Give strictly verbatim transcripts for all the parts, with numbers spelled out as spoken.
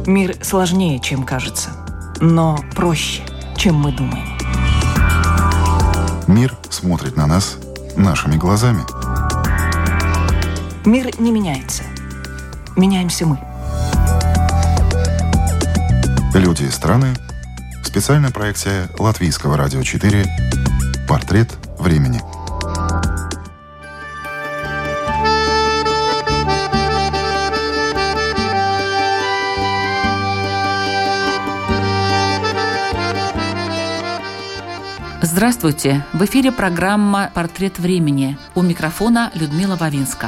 Мир сложнее, чем кажется, но проще, чем мы думаем. Мир смотрит на нас нашими глазами. Мир не меняется. Меняемся мы. Люди и страны. Специальная проекция Латвийского радио четыре «Портрет времени». Здравствуйте! В эфире программа «Портрет времени». У микрофона Людмила Вавинска.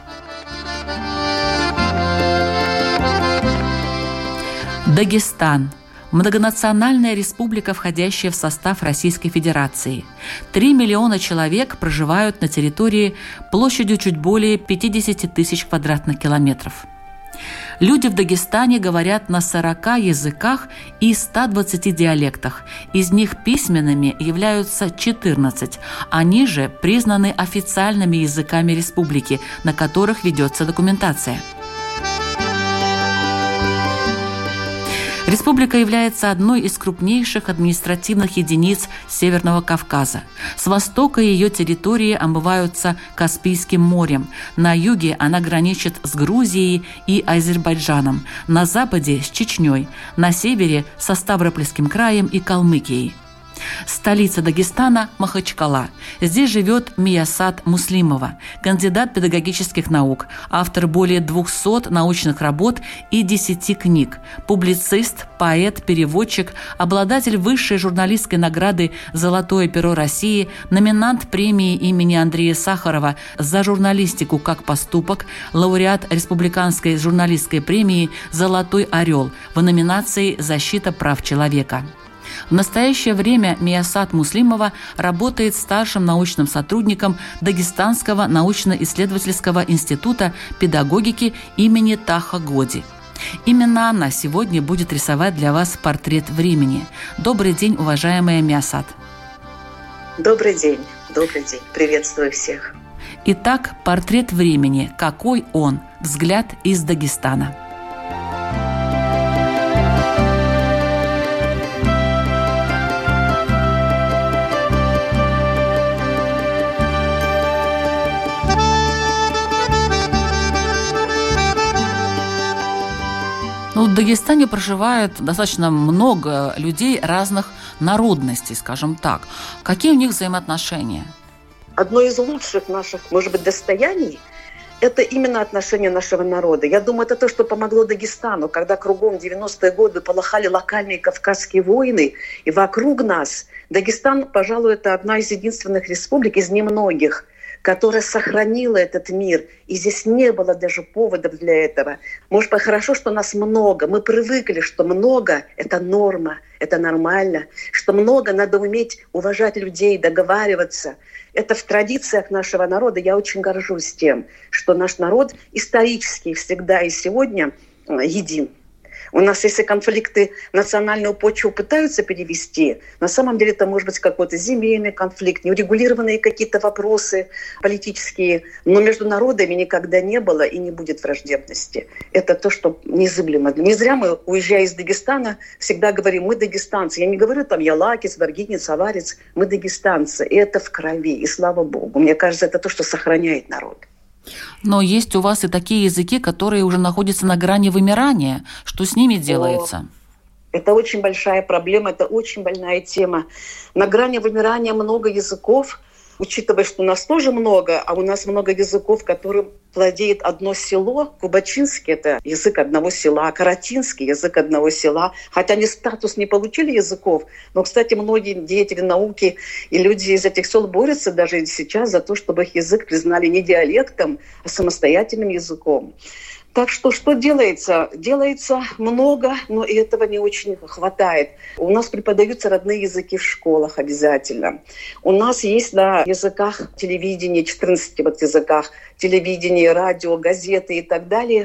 Дагестан. Многонациональная республика, входящая в состав Российской Федерации. Три миллиона человек проживают на территории площадью чуть более пятьдесят тысяч квадратных километров. Люди в Дагестане говорят на сорока языках и ста двадцати диалектах. Из них письменными являются четырнадцать. Они же признаны официальными языками республики, на которых ведется документация. Республика является одной из крупнейших административных единиц Северного Кавказа. С востока ее территории омываются Каспийским морем. На юге она граничит с Грузией и Азербайджаном, на западе – с Чечней, на севере – со Ставропольским краем и Калмыкией. Столица Дагестана – Махачкала. Здесь живет Миясат Муслимова, кандидат педагогических наук, автор более двухсот научных работ и десяти книг, публицист, поэт, переводчик, обладатель высшей журналистской награды «Золотое перо России», номинант премии имени Андрея Сахарова за журналистику как поступок, лауреат Республиканской журналистской премии «Золотой орел» в номинации «Защита прав человека». В настоящее время Миясат Муслимова работает старшим научным сотрудником Дагестанского научно-исследовательского института педагогики имени Таха Годи. Именно она сегодня будет рисовать для вас портрет времени. Добрый день, уважаемая Миясат. Добрый день, добрый день. Приветствую всех. Итак, портрет времени. Какой он? Взгляд из Дагестана. Ну, в Дагестане проживает достаточно много людей разных народностей, скажем так. Какие у них взаимоотношения? Одно из лучших наших, может быть, достояний – это именно отношения нашего народа. Я думаю, это то, что помогло Дагестану, когда кругом в девяностые годы полыхали локальные кавказские войны, и вокруг нас Дагестан, пожалуй, это одна из единственных республик, из немногих, которая сохранила этот мир. И здесь не было даже поводов для этого. Может быть, хорошо, что нас много. Мы привыкли, что много – это норма, это нормально. Что много надо уметь уважать людей, договариваться. Это в традициях нашего народа. Я очень горжусь тем, что наш народ исторически всегда и сегодня един. У нас, если конфликты национальную почву пытаются перевести, на самом деле это может быть какой-то земельный конфликт, неурегулированные какие-то вопросы политические, но между народами никогда не было и не будет враждебности. Это то, что незыблемо. Не зря мы, уезжая из Дагестана, всегда говорим: мы дагестанцы. Я не говорю там я лакец, варгинец, аварец, мы дагестанцы. И это в крови, и слава Богу. Мне кажется, это то, что сохраняет народ. Но есть у вас и такие языки, которые уже находятся на грани вымирания. Что с ними делается? О, это очень большая проблема, это очень больная тема. На грани вымирания много языков, учитывая, что у нас тоже много, а у нас много языков, которым владеет одно село. Кубачинский – это язык одного села, каратинский – язык одного села. Хотя они статус не получили языков, но, кстати, многие деятели науки и люди из этих сел борются даже сейчас за то, чтобы их язык признали не диалектом, а самостоятельным языком. Так что что делается? Делается много, но и этого не очень хватает. У нас преподаются родные языки в школах обязательно. У нас есть на языках телевидения, четырнадцати вот языках, телевидение, радио, газеты и так далее,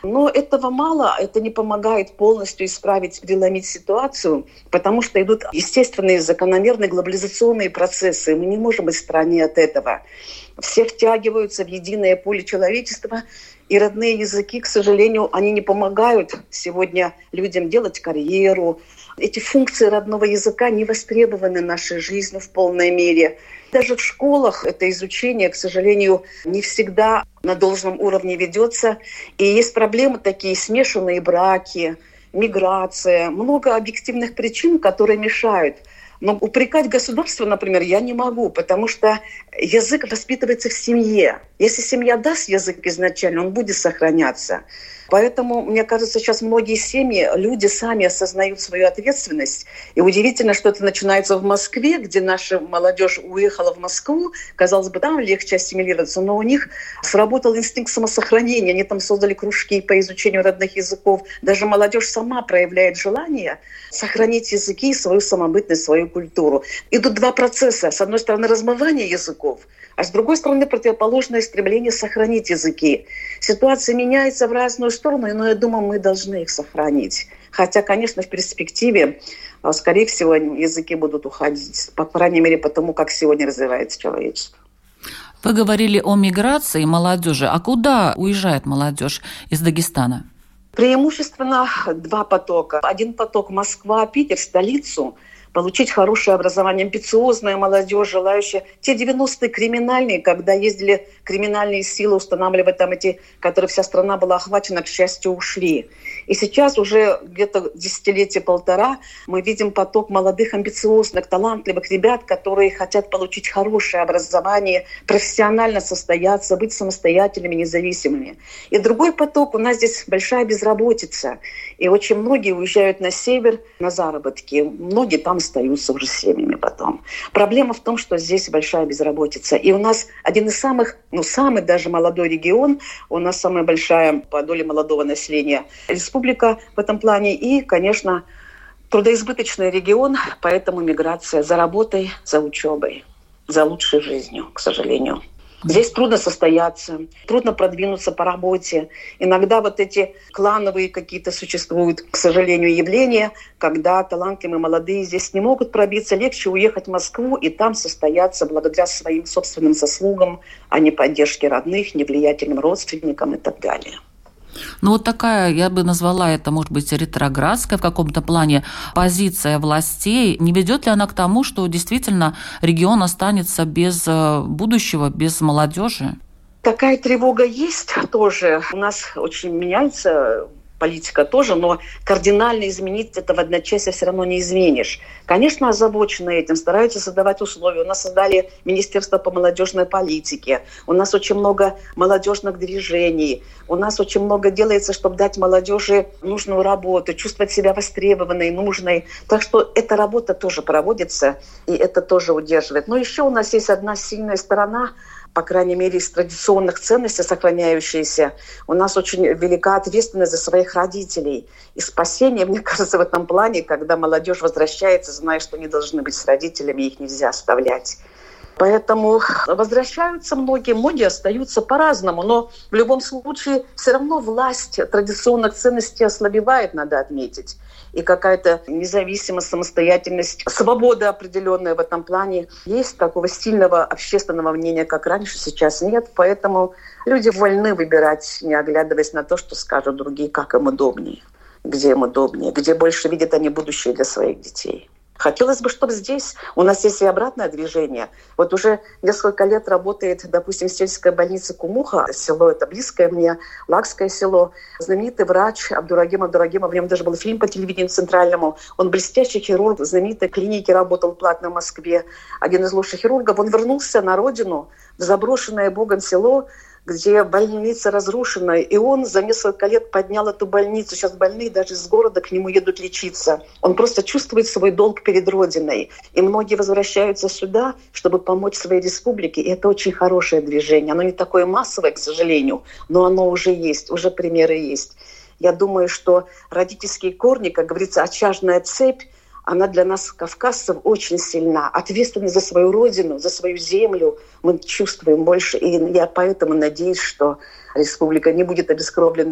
Но этого мало, это не помогает полностью исправить, переломить ситуацию, потому что идут естественные, закономерные глобализационные процессы. Мы не можем быть в стороне от этого. Все втягиваются в единое поле человечества, и родные языки, к сожалению, они не помогают сегодня людям делать карьеру. Эти функции родного языка не востребованы нашей жизнью в полной мере. Даже в школах это изучение, к сожалению, не всегда на должном уровне ведется. И есть проблемы такие, смешанные браки, миграция, много объективных причин, которые мешают. Но упрекать государство, например, я не могу, потому что язык воспитывается в семье. Если семья даст язык изначально, он будет сохраняться. Поэтому, мне кажется, сейчас многие семьи, люди сами осознают свою ответственность. И удивительно, что это начинается в Москве, где наша молодежь уехала в Москву. Казалось бы, там легче ассимилироваться, но у них сработал инстинкт самосохранения. Они там создали кружки по изучению родных языков. Даже молодежь сама проявляет желание сохранить языки, свою самобытность, свою культуру. Идут два процесса. С одной стороны, размывание языков, а с другой стороны, противоположное стремление сохранить языки. Ситуация меняется в разную сторону, но я думаю, мы должны их сохранить. Хотя, конечно, в перспективе, скорее всего, языки будут уходить, по крайней мере, потому как сегодня развивается человечество. Вы говорили о миграции молодежи. А куда уезжает молодежь из Дагестана? Преимущественно два потока. Один поток Москва, Питер, столицу, получить хорошее образование, амбициозная молодежь, желающая. Те девяностые криминальные, когда ездили криминальные силы устанавливать там эти, которые вся страна была охвачена, к счастью, ушли. И сейчас уже где-то десятилетие-полтора мы видим поток молодых, амбициозных, талантливых ребят, которые хотят получить хорошее образование, профессионально состояться, быть самостоятельными, независимыми. И другой поток, у нас здесь большая безработица. И очень многие уезжают на север на заработки. Многие там остаются уже с семьями потом. Проблема в том, что здесь большая безработица. И у нас один из самых, ну, самый даже молодой регион, у нас самая большая по доле молодого населения республика в этом плане. И, конечно, трудоизбыточный регион, поэтому миграция за работой, за учебой, за лучшей жизнью, к сожалению. Здесь трудно состояться, трудно продвинуться по работе. Иногда вот эти клановые какие-то существуют, к сожалению, явления, когда талантливые молодые здесь не могут пробиться. Легче уехать в Москву и там состояться благодаря своим собственным заслугам, а не поддержке родных, невлиятельным родственникам и так далее. Ну вот такая, я бы назвала это, может быть, ретроградская в каком-то плане позиция властей. Не ведет ли она к тому, что действительно регион останется без будущего, без молодежи? Такая тревога есть тоже. У нас очень меняется политика тоже, но кардинально изменить это в одночасье все равно не изменишь. Конечно, озабочены этим, стараются создавать условия. У нас создали Министерство по молодежной политике. У нас очень много молодежных движений. У нас очень много делается, чтобы дать молодежи нужную работу, чувствовать себя востребованной, нужной. Так что эта работа тоже проводится, и это тоже удерживает. Но еще у нас есть одна сильная сторона, по крайней мере, из традиционных ценностей сохраняющиеся. У нас очень велика ответственность за своих родителей. И спасение, мне кажется, в этом плане, когда молодежь возвращается, зная, что они должны быть с родителями, их нельзя оставлять. Поэтому возвращаются многие, многие остаются по-разному. Но в любом случае все равно власть традиционных ценностей ослабевает, надо отметить. И какая-то независимость, самостоятельность, свобода определенная в этом плане. Есть такого сильного общественного мнения, как раньше, сейчас нет. Поэтому люди вольны выбирать, не оглядываясь на то, что скажут другие, как им удобнее, где им удобнее, где больше видят они будущее для своих детей. Хотелось бы, чтобы здесь у нас есть и обратное движение. Вот уже несколько лет работает, допустим, сельская больница Кумуха, село это близкое мне, Лакское село. Знаменитый врач Абдурагим Абдурагимов, в нем даже был фильм по телевидению центральному. Он блестящий хирург, в знаменитой клинике работал платно в Москве. Один из лучших хирургов. Он вернулся на родину, в заброшенное Богом село, где больница разрушена, и он за несколько лет поднял эту больницу. Сейчас больные даже из города к нему едут лечиться. Он просто чувствует свой долг перед Родиной. И многие возвращаются сюда, чтобы помочь своей республике. И это очень хорошее движение. Оно не такое массовое, к сожалению, но оно уже есть, уже примеры есть. Я думаю, что родительские корни, как говорится, очажная цепь, она для нас, кавказцев, очень сильна. Ответственность за свою родину, за свою землю мы чувствуем больше. И я поэтому надеюсь, что республика не будет обескровлена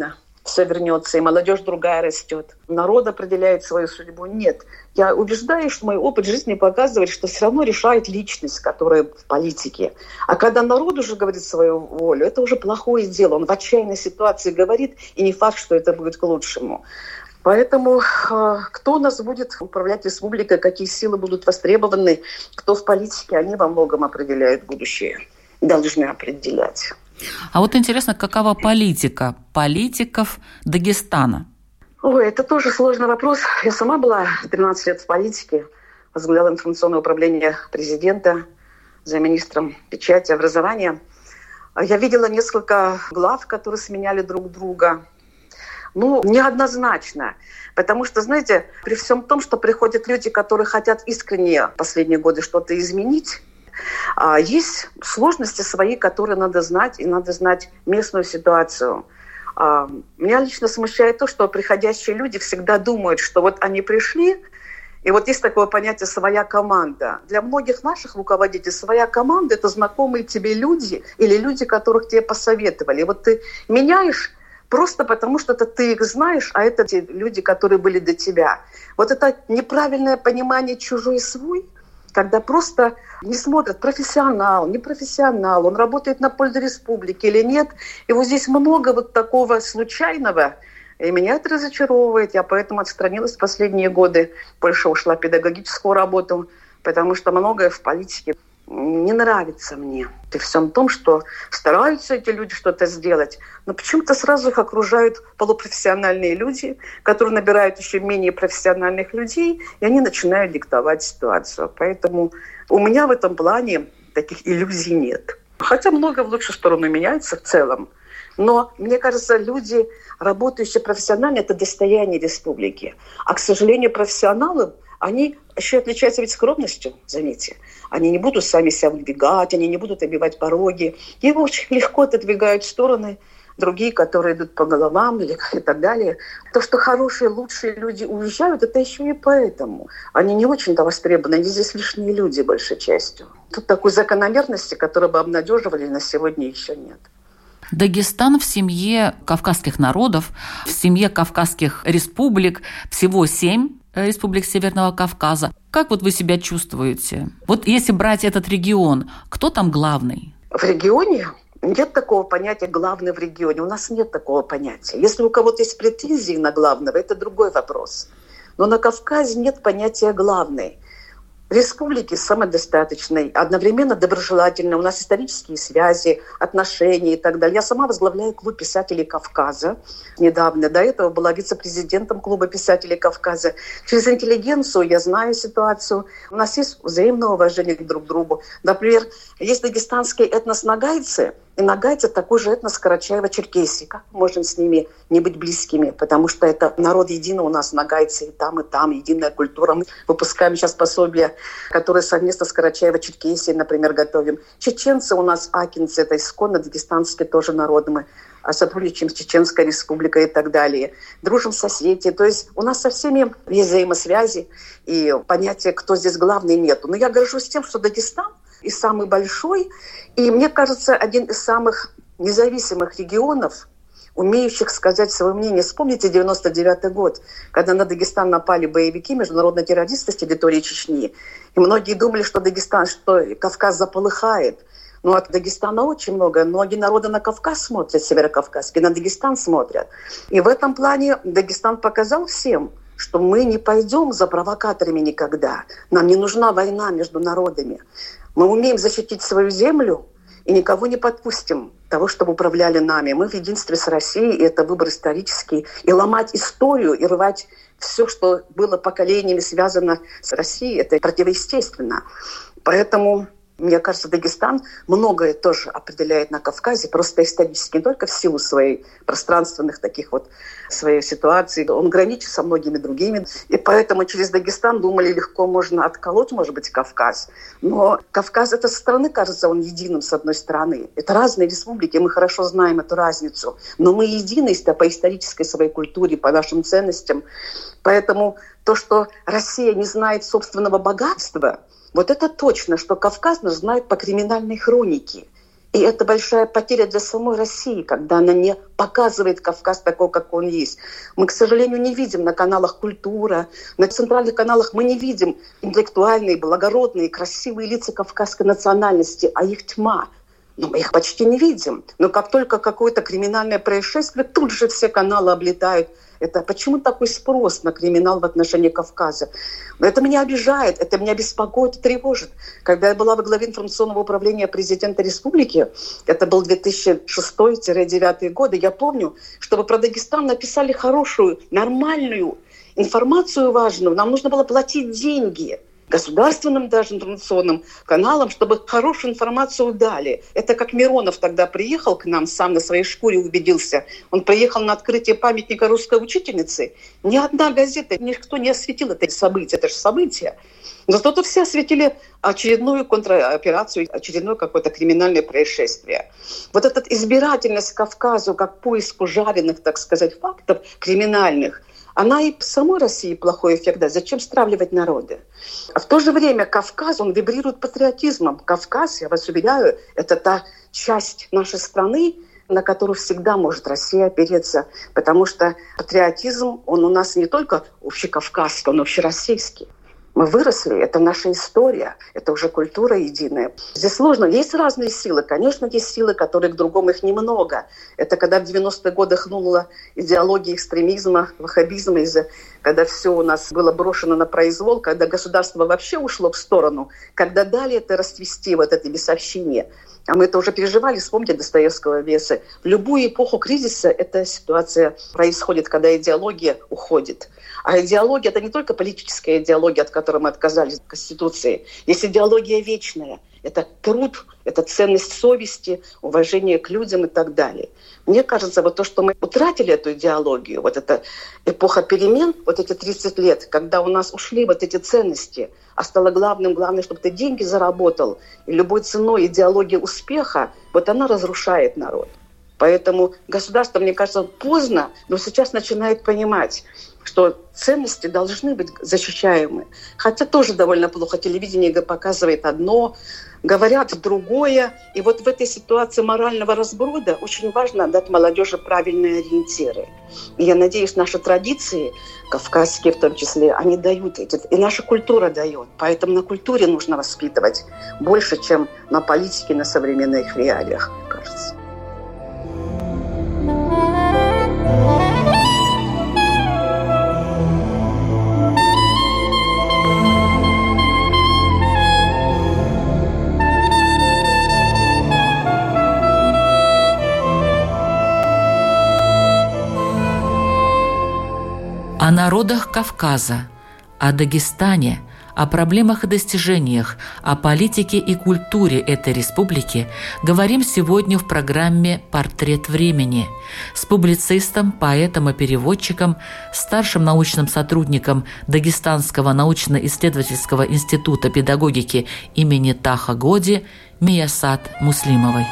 все вернется, и молодежь другая растет. Народ определяет свою судьбу. Нет. Я убеждаюсь, что мой опыт жизни показывает, что все равно решает личность, которая в политике. А когда народ уже говорит свою волю, это уже плохое дело. Он в отчаянной ситуации говорит, и не факт, что это будет к лучшему. Поэтому э, кто у нас будет управлять республикой, какие силы будут востребованы, кто в политике, они во многом определяют будущее, должны определять. А вот интересно, какова политика политиков Дагестана? Ой, это тоже сложный вопрос. Я сама была тринадцать лет в политике, возглавляла информационное управление президента, замминистром печати, образования. Я видела несколько глав, которые сменяли друг друга. Ну, неоднозначно. Потому что, знаете, при всем том, что приходят люди, которые хотят искренне последние годы что-то изменить, есть сложности свои, которые надо знать, и надо знать местную ситуацию. Меня лично смущает то, что приходящие люди всегда думают, что вот они пришли, и вот есть такое понятие «своя команда». Для многих наших руководителей своя команда – это знакомые тебе люди или люди, которых тебе посоветовали. И вот ты меняешь просто потому, что это ты их знаешь, а это те люди, которые были до тебя. Вот это неправильное понимание чужой и свой, когда просто не смотрят, профессионал, не профессионал, он работает на пользу республики или нет. И вот здесь много вот такого случайного, и меня это разочаровывает. Я поэтому отстранилась в последние годы, больше ушла в педагогическую работу, потому что многое в политике не нравится мне. При всем том, что стараются эти люди что-то сделать, но почему-то сразу их окружают полупрофессиональные люди, которые набирают еще менее профессиональных людей, и они начинают диктовать ситуацию. Поэтому у меня в этом плане таких иллюзий нет. Хотя много в лучшую сторону меняется в целом. Но, мне кажется, люди, работающие профессионально, это достояние республики. А, к сожалению, профессионалы, они еще отличаются ведь скромностью, заметьте. Они не будут сами себя выдвигать, они не будут обивать пороги. Его очень легко отодвигают в стороны другие, которые идут по головам или и так далее. То, что хорошие, лучшие люди уезжают, это еще и поэтому. Они не очень-то востребованы, они здесь лишние люди большей частью. Тут такой закономерности, которую бы обнадеживали, на сегодня еще нет. Дагестан в семье кавказских народов, в семье кавказских республик, всего семь республик Северного Кавказа. Как вот вы себя чувствуете? Вот если брать этот регион, кто там главный? В регионе нет такого понятия «главный в регионе». У нас нет такого понятия. Если у кого-то есть претензии на главного, это другой вопрос. Но на Кавказе нет понятия «главный». Республики самодостаточной, одновременно доброжелательной. У нас исторические связи, отношения и так далее. Я сама возглавляю клуб писателей Кавказа. Недавно до этого была вице-президентом клуба писателей Кавказа. Через интеллигенцию я знаю ситуацию. У нас есть взаимное уважение друг к другу. Например, есть дагестанские этнос-нагайцы, и нагайцы такой же этнос Карачаево-Черкесии. Как мы можем с ними не быть близкими? Потому что это народ единый у нас, нагайцы и там, и там, единая культура. Мы выпускаем сейчас пособия, которые совместно с Карачаево-Черкесией, например, готовим. Чеченцы у нас, акинцы, это исконно дагестанские тоже народы. Мы сотрудничаем с Чеченской республикой и так далее. Дружим с Осетией. То есть у нас со всеми есть взаимосвязи, и понятия, кто здесь главный, нету. Но я горжусь тем, что Дагестан и самый большой, и, мне кажется, один из самых независимых регионов, умеющих сказать свое мнение. Вспомните девяносто девятый год, когда на Дагестан напали боевики, международные террористы с территории Чечни. И многие думали, что Дагестан, что Кавказ заполыхает. Но от Дагестана очень много. Многие народы на Кавказ смотрят, северокавказские, на Дагестан смотрят. И в этом плане Дагестан показал всем, что мы не пойдем за провокаторами никогда. Нам не нужна война между народами. Мы умеем защитить свою землю и никого не подпустим того, чтобы управляли нами. Мы в единстве с Россией, и это выбор исторический. И ломать историю, и рвать все, что было поколениями связано с Россией, это противоестественно. Поэтому, мне кажется, Дагестан многое тоже определяет на Кавказе, просто исторически, не только в силу своей пространственных таких вот, своей ситуации. Он граничит со многими другими. И поэтому через Дагестан, думали, легко можно отколоть, может быть, Кавказ. Но Кавказ, это со стороны, кажется, он единым с одной стороны. Это разные республики, мы хорошо знаем эту разницу. Но мы едины по исторической своей культуре, по нашим ценностям. Поэтому то, что Россия не знает собственного богатства, вот это точно, что Кавказ нас знает по криминальной хронике. И это большая потеря для самой России, когда она не показывает Кавказ такой, как он есть. Мы, к сожалению, не видим на каналах «Культура», на центральных каналах мы не видим интеллектуальные, благородные, красивые лица кавказской национальности, а их тьма. Но мы их почти не видим. Но как только какое-то криминальное происшествие, тут же все каналы облетают. Это почему такой спрос на криминал в отношении Кавказа? Это меня обижает, это меня беспокоит и тревожит. Когда я была во главе информационного управления президента республики, это был две тысячи шестой — две тысячи девятый годы, я помню, чтобы про Дагестан написали хорошую, нормальную информацию важную, нам нужно было платить деньги государственным даже информационным каналам, чтобы хорошую информацию дали. Это как Миронов тогда приехал к нам, сам на своей шкуре убедился. Он приехал на открытие памятника русской учительницы. Ни одна газета, никто не осветил это событие. Это же событие. Но зато все осветили очередную контроперацию, очередное какое-то криминальное происшествие. Вот эта избирательность Кавказу как поиску жареных, так сказать, фактов криминальных, она и в самой России плохой эффект дает. Зачем стравливать народы? А в то же время Кавказ, он вибрирует патриотизмом. Кавказ, я вас уверяю, это та часть нашей страны, на которую всегда может Россия опереться. Потому что патриотизм, он у нас не только общекавказский, он общероссийский. Мы выросли, это наша история, это уже культура единая. Здесь сложно. Есть разные силы. Конечно, есть силы, которые к другому их немного. Это когда в девяностых годах хнула идеология экстремизма, ваххабизма, из-за, когда все у нас было брошено на произвол, когда государство вообще ушло в сторону, когда дали это расцвести, вот это бесовщине. А мы это уже переживали, вспомните Достоевского «Весы». В любую эпоху кризиса эта ситуация происходит, когда идеология уходит. А идеология – это не только политическая идеология, от которой мы отказались в Конституции. Есть идеология вечная. Это труд, это ценность совести, уважение к людям и так далее. Мне кажется, вот то, что мы утратили эту идеологию, вот эта эпоха перемен, вот эти тридцать лет, когда у нас ушли вот эти ценности, а стало главным, главное, чтобы ты деньги заработал, и любой ценой идеология успеха, вот она разрушает народ. Поэтому государство, мне кажется, поздно, но сейчас начинает понимать, что ценности должны быть защищаемы. Хотя тоже довольно плохо. Телевидение показывает одно, говорят другое. И вот в этой ситуации морального разброда очень важно дать молодежи правильные ориентиры. И я надеюсь, наши традиции, кавказские в том числе, они дают эти, и наша культура дает. Поэтому на культуре нужно воспитывать больше, чем на политике, на современных реалиях, мне кажется. О народах Кавказа, о Дагестане, о проблемах и достижениях, о политике и культуре этой республики говорим сегодня в программе «Портрет времени» с публицистом, поэтом и переводчиком, старшим научным сотрудником Дагестанского научно-исследовательского института педагогики имени Таха Годи Миясат Муслимовой.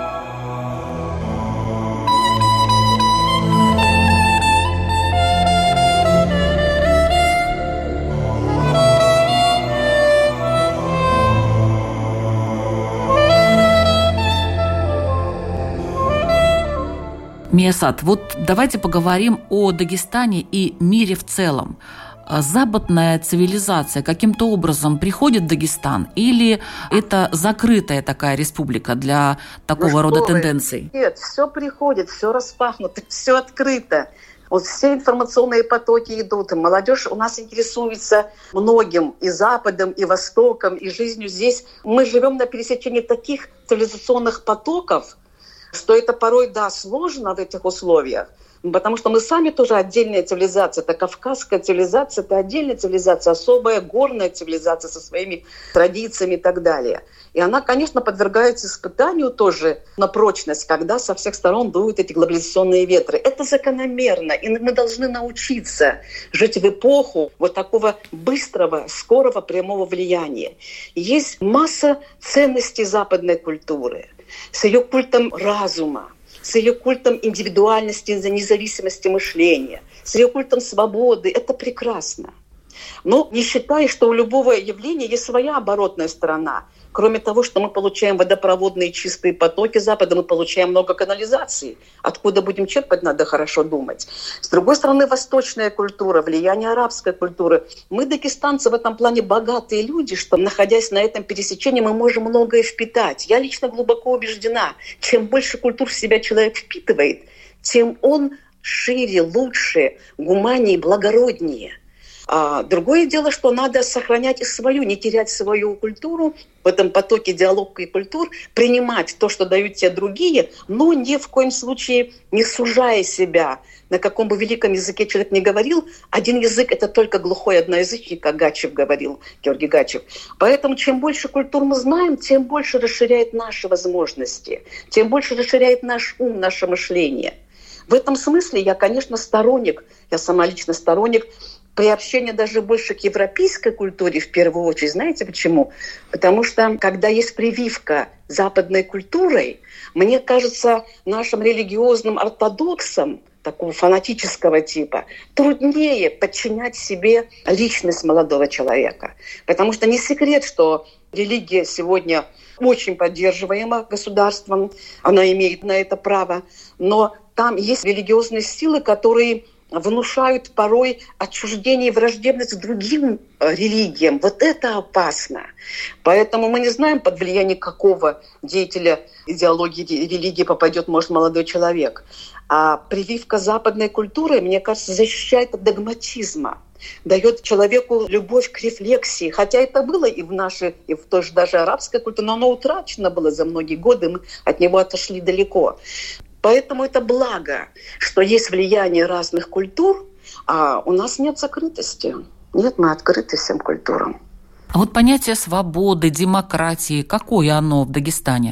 Миясат, вот давайте поговорим о Дагестане и мире в целом. Западная цивилизация каким-то образом приходит в Дагестан или это закрытая такая республика для такого ну рода тенденций? Нет, все приходит, все распахнуто, все открыто. Вот все информационные потоки идут, и молодежь у нас интересуется многим, и Западом, и Востоком, и жизнью здесь. Мы живем на пересечении таких цивилизационных потоков, что это порой, да, сложно в этих условиях, потому что мы сами тоже отдельная цивилизация. Это кавказская цивилизация, это отдельная цивилизация, особая горная цивилизация со своими традициями и так далее. И она, конечно, подвергается испытанию тоже на прочность, когда со всех сторон дуют эти глобализационные ветры. Это закономерно, и мы должны научиться жить в эпоху вот такого быстрого, скорого, прямого влияния. Есть масса ценностей западной культуры с ее культом разума, с ее культом индивидуальности, независимости мышления, с ее культом свободы. Это прекрасно. Но не считай, что у любого явления есть своя оборотная сторона. Кроме того, что мы получаем водопроводные чистые потоки Запада, мы получаем много канализации. Откуда будем черпать, надо хорошо думать. С другой стороны, восточная культура, влияние арабской культуры. Мы, дагестанцы, в этом плане богатые люди, что, находясь на этом пересечении, мы можем многое впитать. Я лично глубоко убеждена, чем больше культур в себя человек впитывает, тем он шире, лучше, гуманнее, благороднее. А другое дело, что надо сохранять и свою, не терять свою культуру в этом потоке диалога и культур, принимать то, что дают те другие, но ни в коем случае не сужая себя. На каком бы великом языке человек не говорил, один язык — это только глухой одноязычник, как Гачев говорил, Георгий Гачев. Поэтому чем больше культур мы знаем, тем больше расширяет наши возможности, тем больше расширяет наш ум, наше мышление. В этом смысле я, конечно, сторонник, я сама лично сторонник приобщения даже больше к европейской культуре в первую очередь. Знаете почему? Потому что, когда есть прививка западной культурой, мне кажется, нашим религиозным ортодоксам такого фанатического типа труднее подчинять себе личность молодого человека. Потому что не секрет, что религия сегодня очень поддерживаема государством, она имеет на это право, но там есть религиозные силы, которые внушают порой отчуждение и враждебность к другим религиям. Вот это опасно. Поэтому мы не знаем, под влияние какого деятеля идеологии религии попадет, может, молодой человек. А прививка западной культуры, мне кажется, защищает от догматизма, дает человеку любовь к рефлексии. Хотя это было и в нашей, и в той же даже арабской культуре, но оно утрачено было за многие годы, мы от него отошли далеко. Поэтому это благо, что есть влияние разных культур, а у нас нет закрытости. Нет, мы открыты всем культурам. А вот понятие свободы, демократии, какое оно в Дагестане?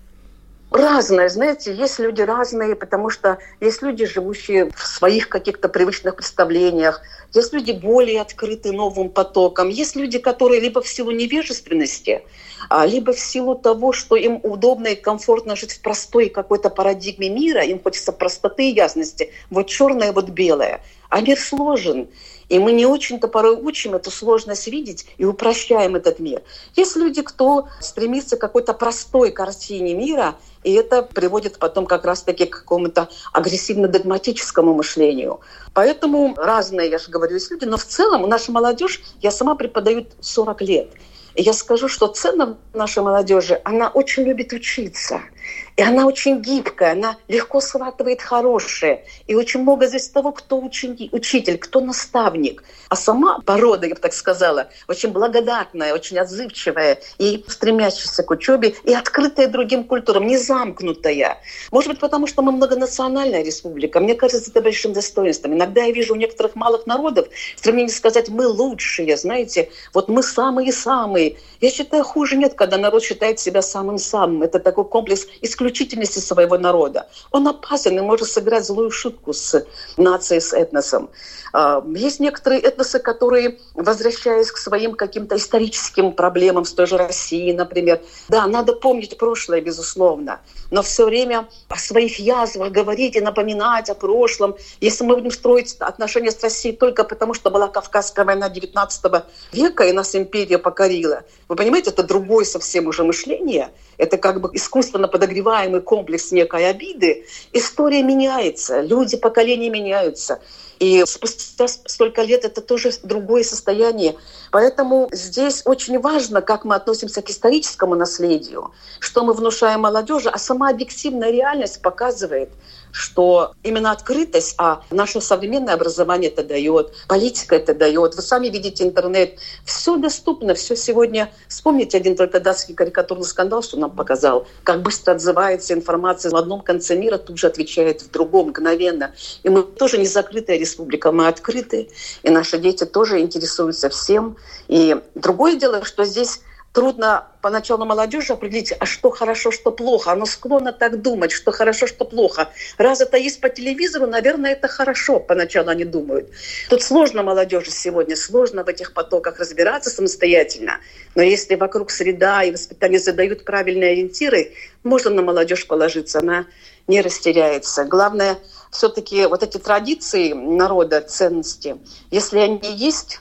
Разное, знаете, есть люди разные, потому что есть люди, живущие в своих каких-то привычных представлениях, есть люди более открыты новым потокам, есть люди, которые либо в силу невежественности, либо в силу того, что им удобно и комфортно жить в простой какой-то парадигме мира, им хочется простоты и ясности, вот черное, вот белое. А мир сложен. И мы не очень-то порой учим эту сложность видеть и упрощаем этот мир. Есть люди, кто стремится к какой-то простой картине мира, и это приводит потом как раз-таки к какому-то агрессивно-догматическому мышлению. Поэтому разные, я же говорю, есть люди. Но в целом наша молодежь, я сама преподаю сорок лет. И я скажу, что ценно в нашей молодежи, она очень любит учиться. И она очень гибкая, она легко схватывает хорошее. И очень много зависит от того, кто ученик, учитель, кто наставник. А сама порода, я бы так сказала, очень благодатная, очень отзывчивая и стремящаяся к учебе, и открытая другим культурам, не замкнутая. Может быть, потому что мы многонациональная республика. Мне кажется, это большим достоинством. Иногда я вижу у некоторых малых народов стремление сказать «мы лучшие», знаете, вот мы самые-самые. Я считаю, хуже нет, когда народ считает себя самым-самым. Это такой комплекс исключительности своего народа. Он опасен и может сыграть злую шутку с нацией, с этносом. Есть некоторые этносы, которые, возвращаясь к своим каким-то историческим проблемам с той же Россией, например, да, надо помнить прошлое, безусловно, но все время о своих язвах говорить и напоминать о прошлом. Если мы будем строить отношения с Россией только потому, что была Кавказская война девятнадцатого века и нас империя покорила, вы понимаете, это другое совсем уже мышление, это как бы искусственно подогреваемый комплекс некой обиды. История меняется, люди, поколения меняются. И спустя столько лет это тоже другое состояние. Поэтому здесь очень важно, как мы относимся к историческому наследию, что мы внушаем молодежи, а сама объективная реальность показывает, что именно открытость, а наше современное образование это дает, политика это дает. Вы сами видите интернет, все доступно, все сегодня. Вспомните один только датский карикатурный скандал, что нам показал, как быстро отзывается информация в одном конце мира, тут же отвечает в другом мгновенно. И мы тоже не закрытая республика, мы открыты, и наши дети тоже интересуются всем. И другое дело, что здесь трудно поначалу молодежи определить, а что хорошо, что плохо. Оно склонно так думать, что хорошо, что плохо. Раз это есть по телевизору, наверное, это хорошо, поначалу они думают. Тут сложно молодежи сегодня, сложно в этих потоках разбираться самостоятельно. Но если вокруг среда и воспитание задают правильные ориентиры, можно на молодежь положиться, она не растеряется. Главное, все-таки вот эти традиции народа, ценности, если они есть,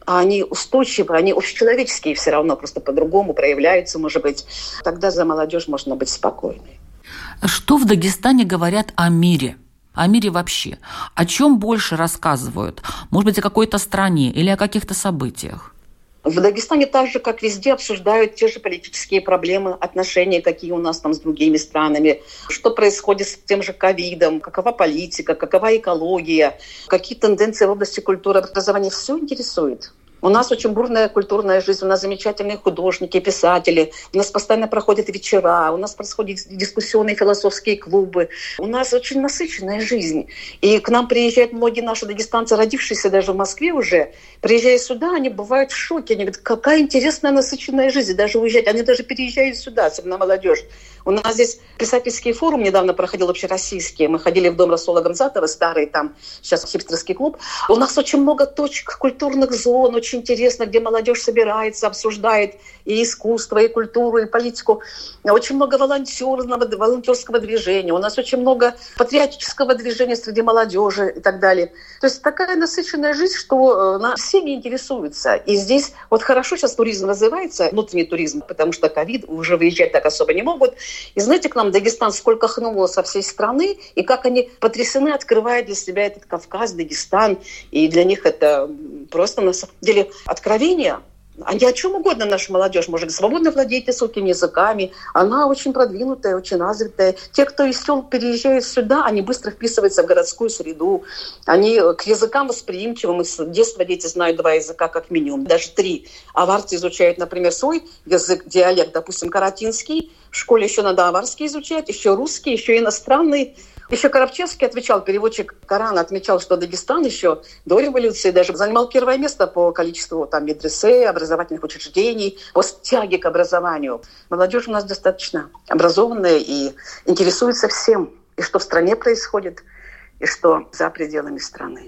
а они устойчивые, они общечеловеческие все равно, просто по-другому проявляются, может быть. Тогда за молодежь можно быть спокойной. Что в Дагестане говорят о мире? О мире вообще? О чем больше рассказывают? Может быть, о какой-то стране или о каких-то событиях? В Дагестане так же, как везде, обсуждают те же политические проблемы, отношения, какие у нас там с другими странами, что происходит с тем же ковидом, какова политика, какова экология, какие тенденции в области культуры, образования. Все интересует. У нас очень бурная культурная жизнь, у нас замечательные художники, писатели, у нас постоянно проходят вечера, у нас происходят дискуссионные философские клубы. У нас очень насыщенная жизнь. И к нам приезжают многие наши дагестанцы, родившиеся даже в Москве уже. Приезжая сюда, они бывают в шоке. Они говорят, какая интересная насыщенная жизнь. Даже уезжать, они даже переезжают сюда, особенно молодежь. У нас здесь писательский форум недавно проходил общероссийский. Мы ходили в дом Расула Гамзатова, старый там, сейчас хипстерский клуб. У нас очень много точек культурных зон, очень интересно, где молодежь собирается, обсуждает и искусство, и культуру, и политику. Очень много волонтерного, волонтерского движения. У нас очень много патриотического движения среди молодежи и так далее. То есть такая насыщенная жизнь, что нас всеми интересуется. И здесь вот хорошо сейчас туризм развивается, внутренний туризм, потому что ковид, уже выезжать так особо не могут. И знаете, к нам Дагестан сколько хнуло со всей страны, и как они потрясены, открывая для себя этот Кавказ, Дагестан. И для них это просто на самом деле откровение. Они о чем угодно, наша молодежь может свободно владеть несколькими языками. Она очень продвинутая, очень развитая. Те, кто из сел переезжают сюда, они быстро вписываются в городскую среду. Они к языкам восприимчивы. Мы с детства дети знают два языка как минимум, даже три. Аварцы изучают, например, свой язык, диалект, допустим, каратинский. В школе еще надо аварский изучать, еще русский, еще иностранный. Еще Коробчевский отвечал, переводчик Корана, отмечал, что Дагестан еще до революции даже занимал первое место по количеству там медресе, образовательных учреждений, по тяге к образованию. Молодежь у нас достаточно образованная и интересуется всем, и что в стране происходит, и что за пределами страны.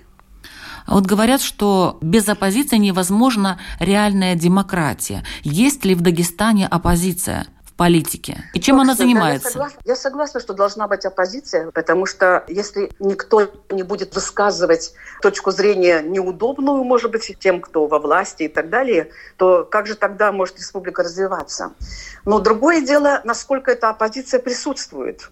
А вот говорят, что без оппозиции невозможна реальная демократия. Есть ли в Дагестане оппозиция политике? И чем она занимается? Я согласна, я согласна, что должна быть оппозиция, потому что если никто не будет высказывать точку зрения неудобную, может быть, тем, кто во власти и так далее, то как же тогда может республика развиваться? Но другое дело, насколько эта оппозиция присутствует.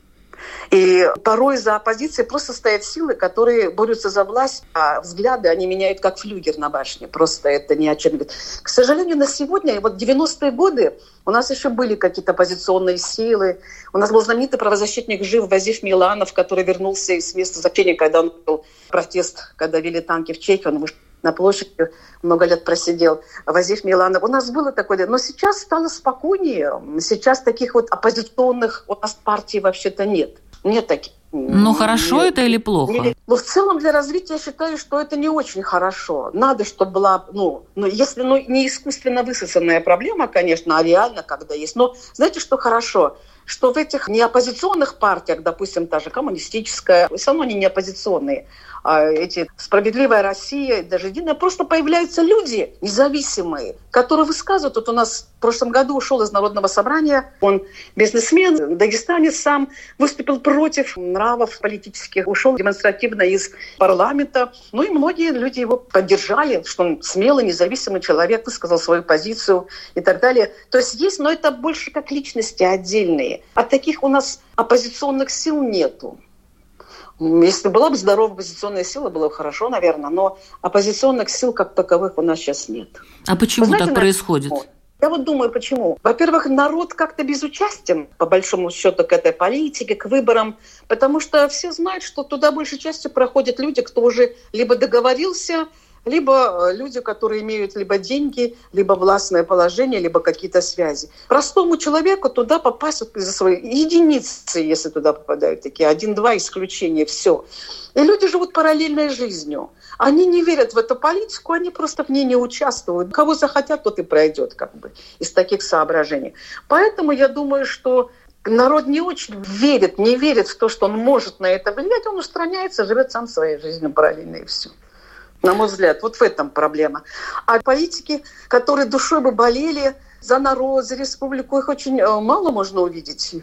И порой за оппозицией просто стоят силы, которые борются за власть, а взгляды они меняют как флюгер на башне. Просто это ни о чем. К сожалению, на сегодня, вот девяностые годы, у нас еще были какие-то оппозиционные силы. У нас был знаменитый правозащитник жив Вазиф Миланов, который вернулся из места заточения, когда он был протест, когда вели танки в Чехию, он вышел на площади, много лет просидел. Вазиф Миланов. У нас было такое, но сейчас стало спокойнее. Сейчас таких вот оппозиционных у нас партий вообще-то нет. Нет таких. Ну, хорошо нет. Это или плохо? Нет. Но в целом для развития я считаю, что это не очень хорошо. Надо, чтобы была, ну, ну если ну, не искусственно высосанная проблема, конечно, а реально, когда есть. Но знаете, что хорошо? Что в этих неоппозиционных партиях, допустим, та же коммунистическая, все равно они не оппозиционные, а эти «Справедливая Россия», даже «Единая», просто появляются люди независимые, которые высказывают. Вот у нас в прошлом году ушел из Народного собрания, он бизнесмен, дагестанец сам, выступил против нравов политических, ушел демонстративно из парламента. Ну и многие люди его поддержали, что он смелый, независимый человек, высказал свою позицию и так далее. То есть есть, но это больше как личности отдельные. А таких у нас оппозиционных сил нету. Если была бы здоровая оппозиционная сила, было бы хорошо, наверное, но оппозиционных сил как таковых у нас сейчас нет. А почему знаете, так происходит? Я вот думаю, почему. Во-первых, народ как-то безучастен, по большому счету, к этой политике, к выборам, потому что все знают, что туда большей частью проходят люди, кто уже либо договорился, либо люди, которые имеют либо деньги, либо властное положение, либо какие-то связи. Простому человеку туда попасть из-за своей единицы, если туда попадают такие, один-два исключения, все. И люди живут параллельной жизнью. Они не верят в эту политику, они просто в ней не участвуют. Кого захотят, тот и пройдет, как бы, из таких соображений. Поэтому я думаю, что народ не очень верит, не верит в то, что он может на это влиять, он устраняется, живет сам своей жизнью параллельно и все. На мой взгляд, вот в этом проблема. А политики, которые душой бы болели за народ, за республику, их очень мало можно увидеть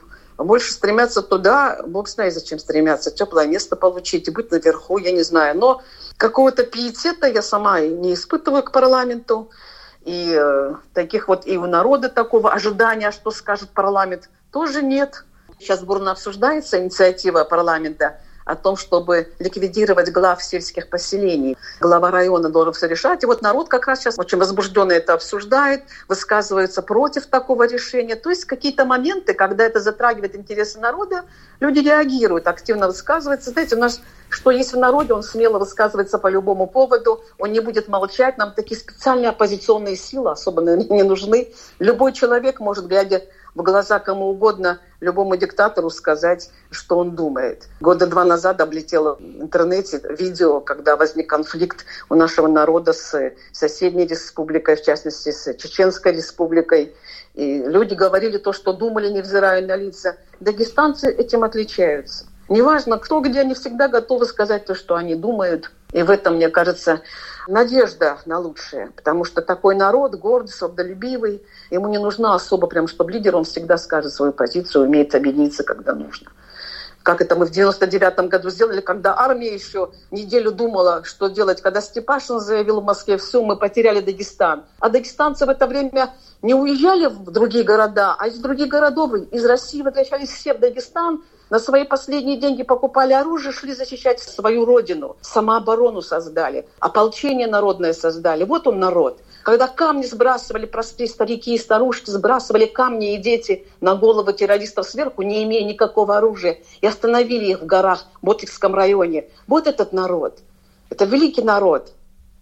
больше стремятся туда, бог знает, зачем стремятся, теплое место получить и быть наверху, я не знаю. Но какого-то пиетета я сама не испытываю к парламенту. И э, таких вот и у народа такого ожидания, что скажет парламент, тоже нет. Сейчас бурно обсуждается инициатива парламента о том, чтобы ликвидировать глав сельских поселений. Глава района должен все решать. И вот народ как раз сейчас очень возбужденно это обсуждает, высказывается против такого решения. То есть какие-то моменты, когда это затрагивает интересы народа, люди реагируют, активно высказываются. Знаете, у нас что есть в народе, он смело высказывается по любому поводу, он не будет молчать. Нам такие специальные оппозиционные силы особо не нужны. Любой человек может, глядя в глаза кому угодно, любому диктатору сказать, что он думает. Года два назад облетело в интернете видео, когда возник конфликт у нашего народа с соседней республикой, в частности, с Чеченской республикой. И люди говорили то, что думали, невзирая на лица. Дагестанцы этим отличаются. Неважно, кто где, они всегда готовы сказать то, что они думают. И в этом, мне кажется, надежда на лучшее. Потому что такой народ, гордый, свободолюбивый, ему не нужна особо, прям, чтобы лидер, он всегда скажет свою позицию, умеет объединиться, когда нужно. Как это мы в девяносто девятом году сделали, когда армия еще неделю думала, что делать. Когда Степашин заявил в Москве, все, мы потеряли Дагестан. А дагестанцы в это время не уезжали в другие города, а из других городов, из России возвращались все в Дагестан, на свои последние деньги покупали оружие, шли защищать свою родину, самооборону создали, ополчение народное создали. Вот он народ. Когда камни сбрасывали, простые старики и старушки, сбрасывали камни и дети на головы террористов сверху, не имея никакого оружия, и остановили их в горах в Ботвикском районе. Вот этот народ. Это великий народ.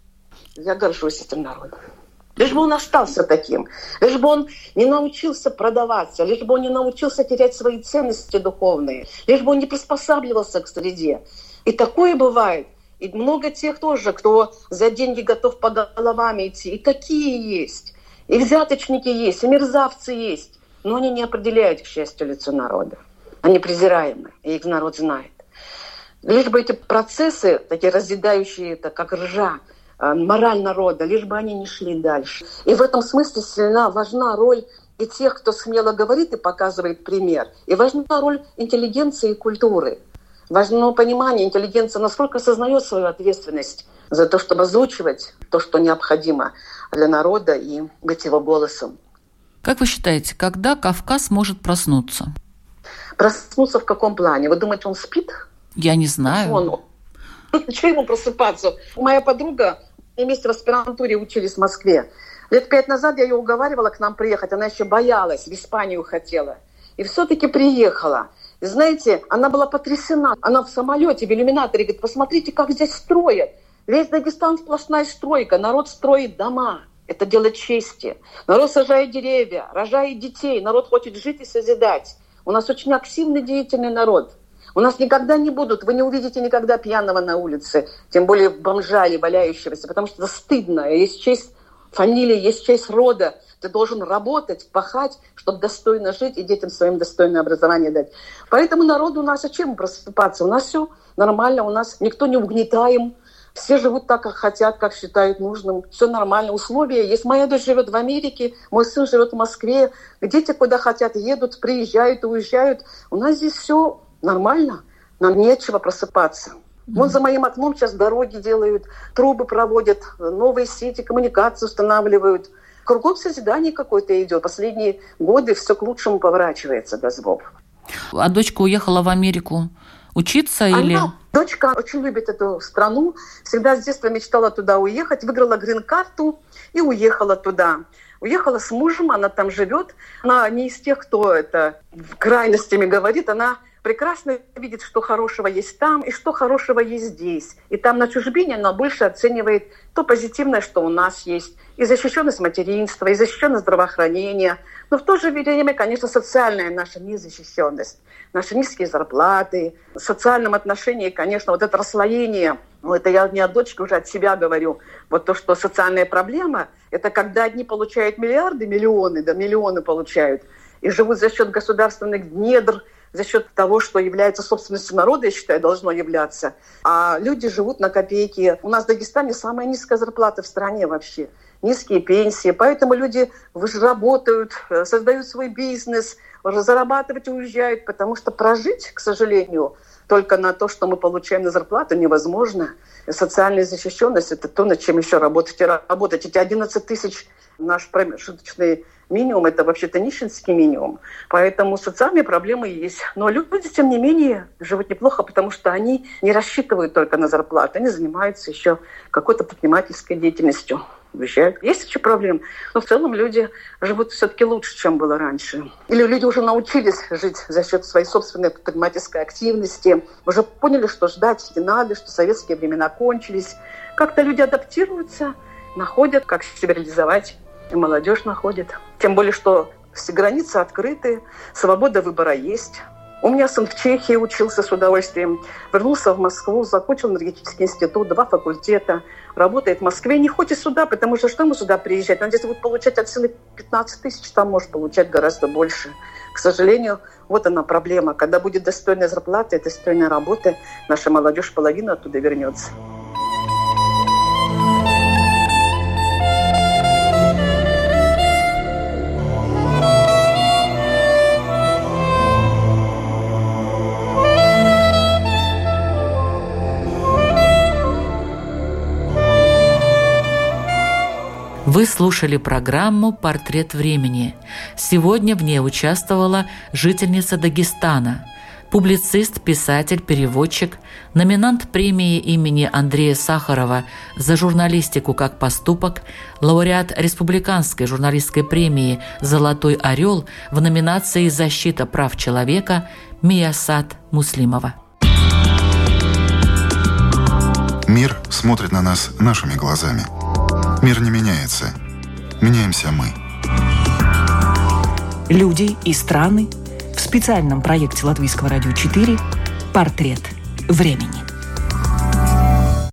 Я горжусь этим народом. Лишь бы он остался таким, лишь бы он не научился продаваться, лишь бы он не научился терять свои ценности духовные, лишь бы он не приспосабливался к среде. И такое бывает. И много тех тоже, кто за деньги готов по головам идти. И такие есть. И взяточники есть, и мерзавцы есть. Но они не определяют, к счастью, лицо народа. Они презираемы, и их народ знает. Лишь бы эти процессы, такие разъедающие, это как ржа, мораль народа, лишь бы они не шли дальше. И в этом смысле сильна, важна роль и тех, кто смело говорит и показывает пример. И важна роль интеллигенции и культуры. Важно понимание, интеллигенция насколько осознает свою ответственность за то, чтобы озвучивать то, что необходимо для народа, и быть его голосом. Как вы считаете, когда Кавказ может проснуться? Проснуться в каком плане? Вы думаете, он спит? Я не знаю. Он... Чего ему просыпаться? Моя подруга, мы вместе в аспирантуре учились в Москве. Лет пять назад я ее уговаривала к нам приехать. Она еще боялась, в Испанию хотела. И все-таки приехала. И знаете, она была потрясена. Она в самолете, в иллюминаторе говорит, посмотрите, как здесь строят. Весь Дагестан сплошная стройка. Народ строит дома. Это дело чести. Народ сажает деревья, рожает детей. Народ хочет жить и созидать. У нас очень активный, деятельный народ. У нас никогда не будут, вы не увидите никогда пьяного на улице, тем более бомжа или валяющегося, потому что это стыдно. Есть честь фамилии, есть честь рода. Ты должен работать, пахать, чтобы достойно жить и детям своим достойное образование дать. Поэтому народу у нас, а чем просыпаться? У нас все нормально, у нас никто не угнетаем. Все живут так, как хотят, как считают нужным. Все нормально, условия есть. Моя дочь живет в Америке, мой сын живет в Москве. Дети куда хотят едут, приезжают, уезжают. У нас здесь все нормально. Нам нечего просыпаться. Mm-hmm. Вот за моим окном сейчас дороги делают, трубы проводят, новые сети коммуникации устанавливают. Кругом созидание какое-то идет. Последние годы все к лучшему поворачивается, даст Бог. А дочка уехала в Америку учиться или... Она, дочка очень любит эту страну. Всегда с детства мечтала туда уехать. Выиграла грин-карту и уехала туда. Уехала с мужем, она там живет. Она не из тех, кто это крайностями говорит. Она прекрасно видит, что хорошего есть там и что хорошего есть здесь. И там на чужбине она больше оценивает то позитивное, что у нас есть. И защищенность материнства, и защищенность здравоохранения. Но в то же время, конечно, социальная наша незащищенность. Наши низкие зарплаты. В социальном отношении, конечно, вот это расслоение. Ну, это я не от дочки, уже от себя говорю. Вот то, что социальная проблема, это когда одни получают миллиарды, миллионы, да, миллионы получают. И живут за счет государственных недр, за счет того, что является собственностью народа, я считаю, должно являться. А люди живут на копейки. У нас в Дагестане самая низкая зарплата в стране вообще. Низкие пенсии. Поэтому люди работают, создают свой бизнес, зарабатывать уезжают, потому что прожить, к сожалению, только на то, что мы получаем на зарплату, невозможно. Социальная защищенность – это то, над чем еще работать и работать. Эти одиннадцать тысяч наш промежуточный минимум – это вообще-то нищенский минимум. Поэтому социальные проблемы есть. Но люди, тем не менее, живут неплохо, потому что они не рассчитывают только на зарплату. Они занимаются еще какой-то предпринимательской деятельностью. Уезжают. Есть еще проблемы, но в целом люди живут все-таки лучше, чем было раньше. Или люди уже научились жить за счет своей собственной предпринимательской активности, уже поняли, что ждать не надо, что советские времена кончились. Как-то люди адаптируются, находят, как себя реализовать, и молодежь находит. Тем более, что все границы открыты, свобода выбора есть. У меня сын в Чехии учился с удовольствием, вернулся в Москву, закончил энергетический институт, два факультета, работает в Москве, не хочет сюда, потому что что ему сюда приезжать? Он здесь будет получать от силы пятнадцать тысяч, там может получать гораздо больше. К сожалению, вот она проблема. Когда будет достойная зарплата и достойная работа, наша молодежь половина оттуда вернется. Вы слушали программу «Портрет времени». Сегодня в ней участвовала жительница Дагестана, публицист, писатель, переводчик, номинант премии имени Андрея Сахарова за журналистику как поступок, лауреат Республиканской журналистской премии «Золотой орел» в номинации «Защита прав человека» Миясат Муслимова. Мир смотрит на нас нашими глазами. Мир не меняется. Меняемся мы. Люди и страны в специальном проекте Латвийского радио четыре «Портрет времени».